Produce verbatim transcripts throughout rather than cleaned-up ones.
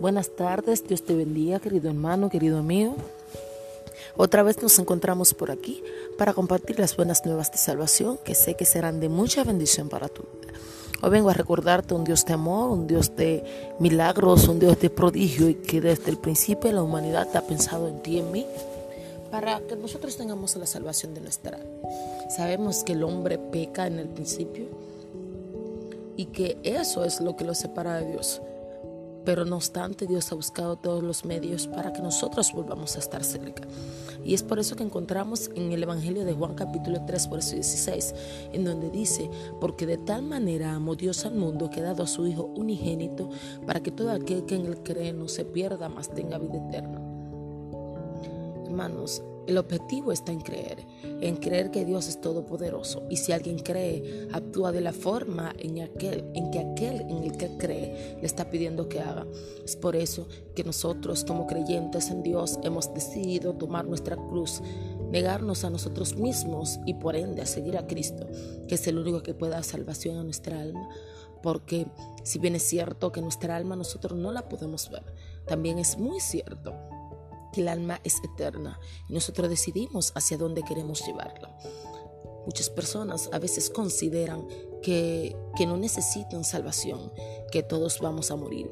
Buenas tardes, Dios te bendiga, querido hermano, querido amigo. Otra vez nos encontramos por aquí para compartir las buenas nuevas de salvación que sé que serán de mucha bendición para tu vida. Hoy vengo a recordarte un Dios de amor, un Dios de milagros, un Dios de prodigio y que desde el principio de la humanidad ha pensado en ti y en mí para que nosotros tengamos la salvación de nuestra alma. Sabemos que el hombre peca en el principio y que eso es lo que lo separa de Dios. Pero no obstante, Dios ha buscado todos los medios para que nosotros volvamos a estar cerca. Y es por eso que encontramos en el Evangelio de Juan capítulo tres, verso dieciséis, en donde dice: porque de tal manera amó Dios al mundo que ha dado a su Hijo unigénito, para que todo aquel que en él cree no se pierda, mas tenga vida eterna. Hermanos, el objetivo está en creer, en creer que Dios es todopoderoso. Y si alguien cree, actúa de la forma en, aquel, en que aquel en el que cree le está pidiendo que haga. Es por eso que nosotros, como creyentes en Dios, hemos decidido tomar nuestra cruz, negarnos a nosotros mismos y por ende a seguir a Cristo, que es el único que puede dar salvación a nuestra alma. Porque si bien es cierto que nuestra alma nosotros no la podemos ver, también es muy cierto que el alma es eterna y nosotros decidimos hacia dónde queremos llevarla. Muchas personas a veces consideran que, que no necesitan salvación, que todos vamos a morir.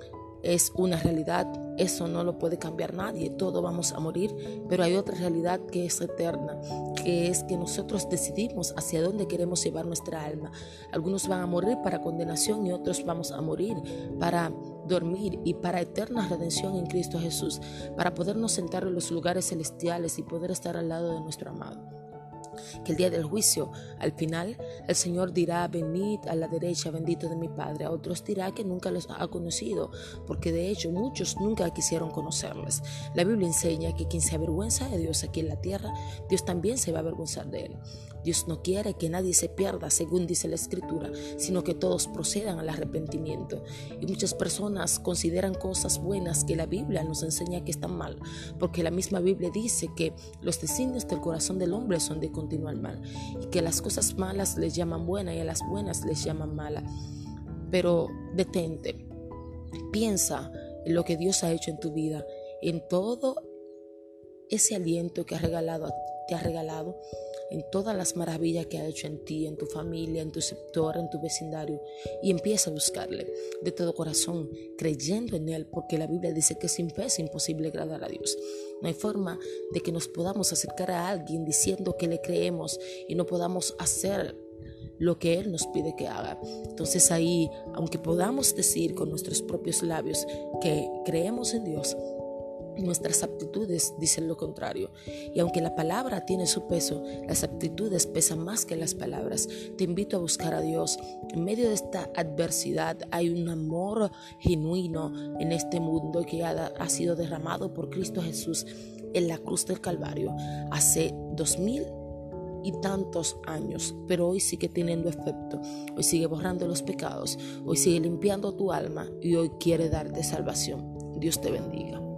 Es una realidad, eso no lo puede cambiar nadie, todos vamos a morir, pero hay otra realidad que es eterna, que es que nosotros decidimos hacia dónde queremos llevar nuestra alma. Algunos van a morir para condenación y otros vamos a morir para dormir y para eterna redención en Cristo Jesús, para podernos sentar en los lugares celestiales y poder estar al lado de nuestro amado. Que el día del juicio, al final, el Señor dirá: venid a la derecha, bendito de mi Padre. A otros dirá que nunca los ha conocido, porque de hecho muchos nunca quisieron conocerles. La Biblia enseña que quien se avergüenza de Dios aquí en la tierra, Dios también se va a avergonzar de él. Dios no quiere que nadie se pierda, según dice la Escritura, sino que todos procedan al arrepentimiento. Y muchas personas consideran cosas buenas que la Biblia nos enseña que están mal, porque la misma Biblia dice que los designios del corazón del hombre son de continuar mal, y que las cosas malas les llaman buenas y a las buenas les llaman malas. Pero detente, piensa en lo que Dios ha hecho en tu vida, en todo ese aliento que ha regalado, te ha regalado, en todas las maravillas que ha hecho en ti, en tu familia, en tu sector, en tu vecindario, y empieza a buscarle de todo corazón, creyendo en él, porque la Biblia dice que sin fe es imposible agradar a Dios. No hay forma de que nos podamos acercar a alguien diciendo que le creemos y no podamos hacer lo que Él nos pide que haga. Entonces ahí, aunque podamos decir con nuestros propios labios que creemos en Dios, nuestras actitudes dicen lo contrario. Y aunque la palabra tiene su peso, las actitudes pesan más que las palabras. Te invito a buscar a Dios. En medio de esta adversidad hay un amor genuino en este mundo que ha, ha sido derramado por Cristo Jesús en la cruz del Calvario hace dos mil y tantos años, pero hoy sigue teniendo efecto. Hoy sigue borrando los pecados, hoy sigue limpiando tu alma y hoy quiere darte salvación. Dios te bendiga.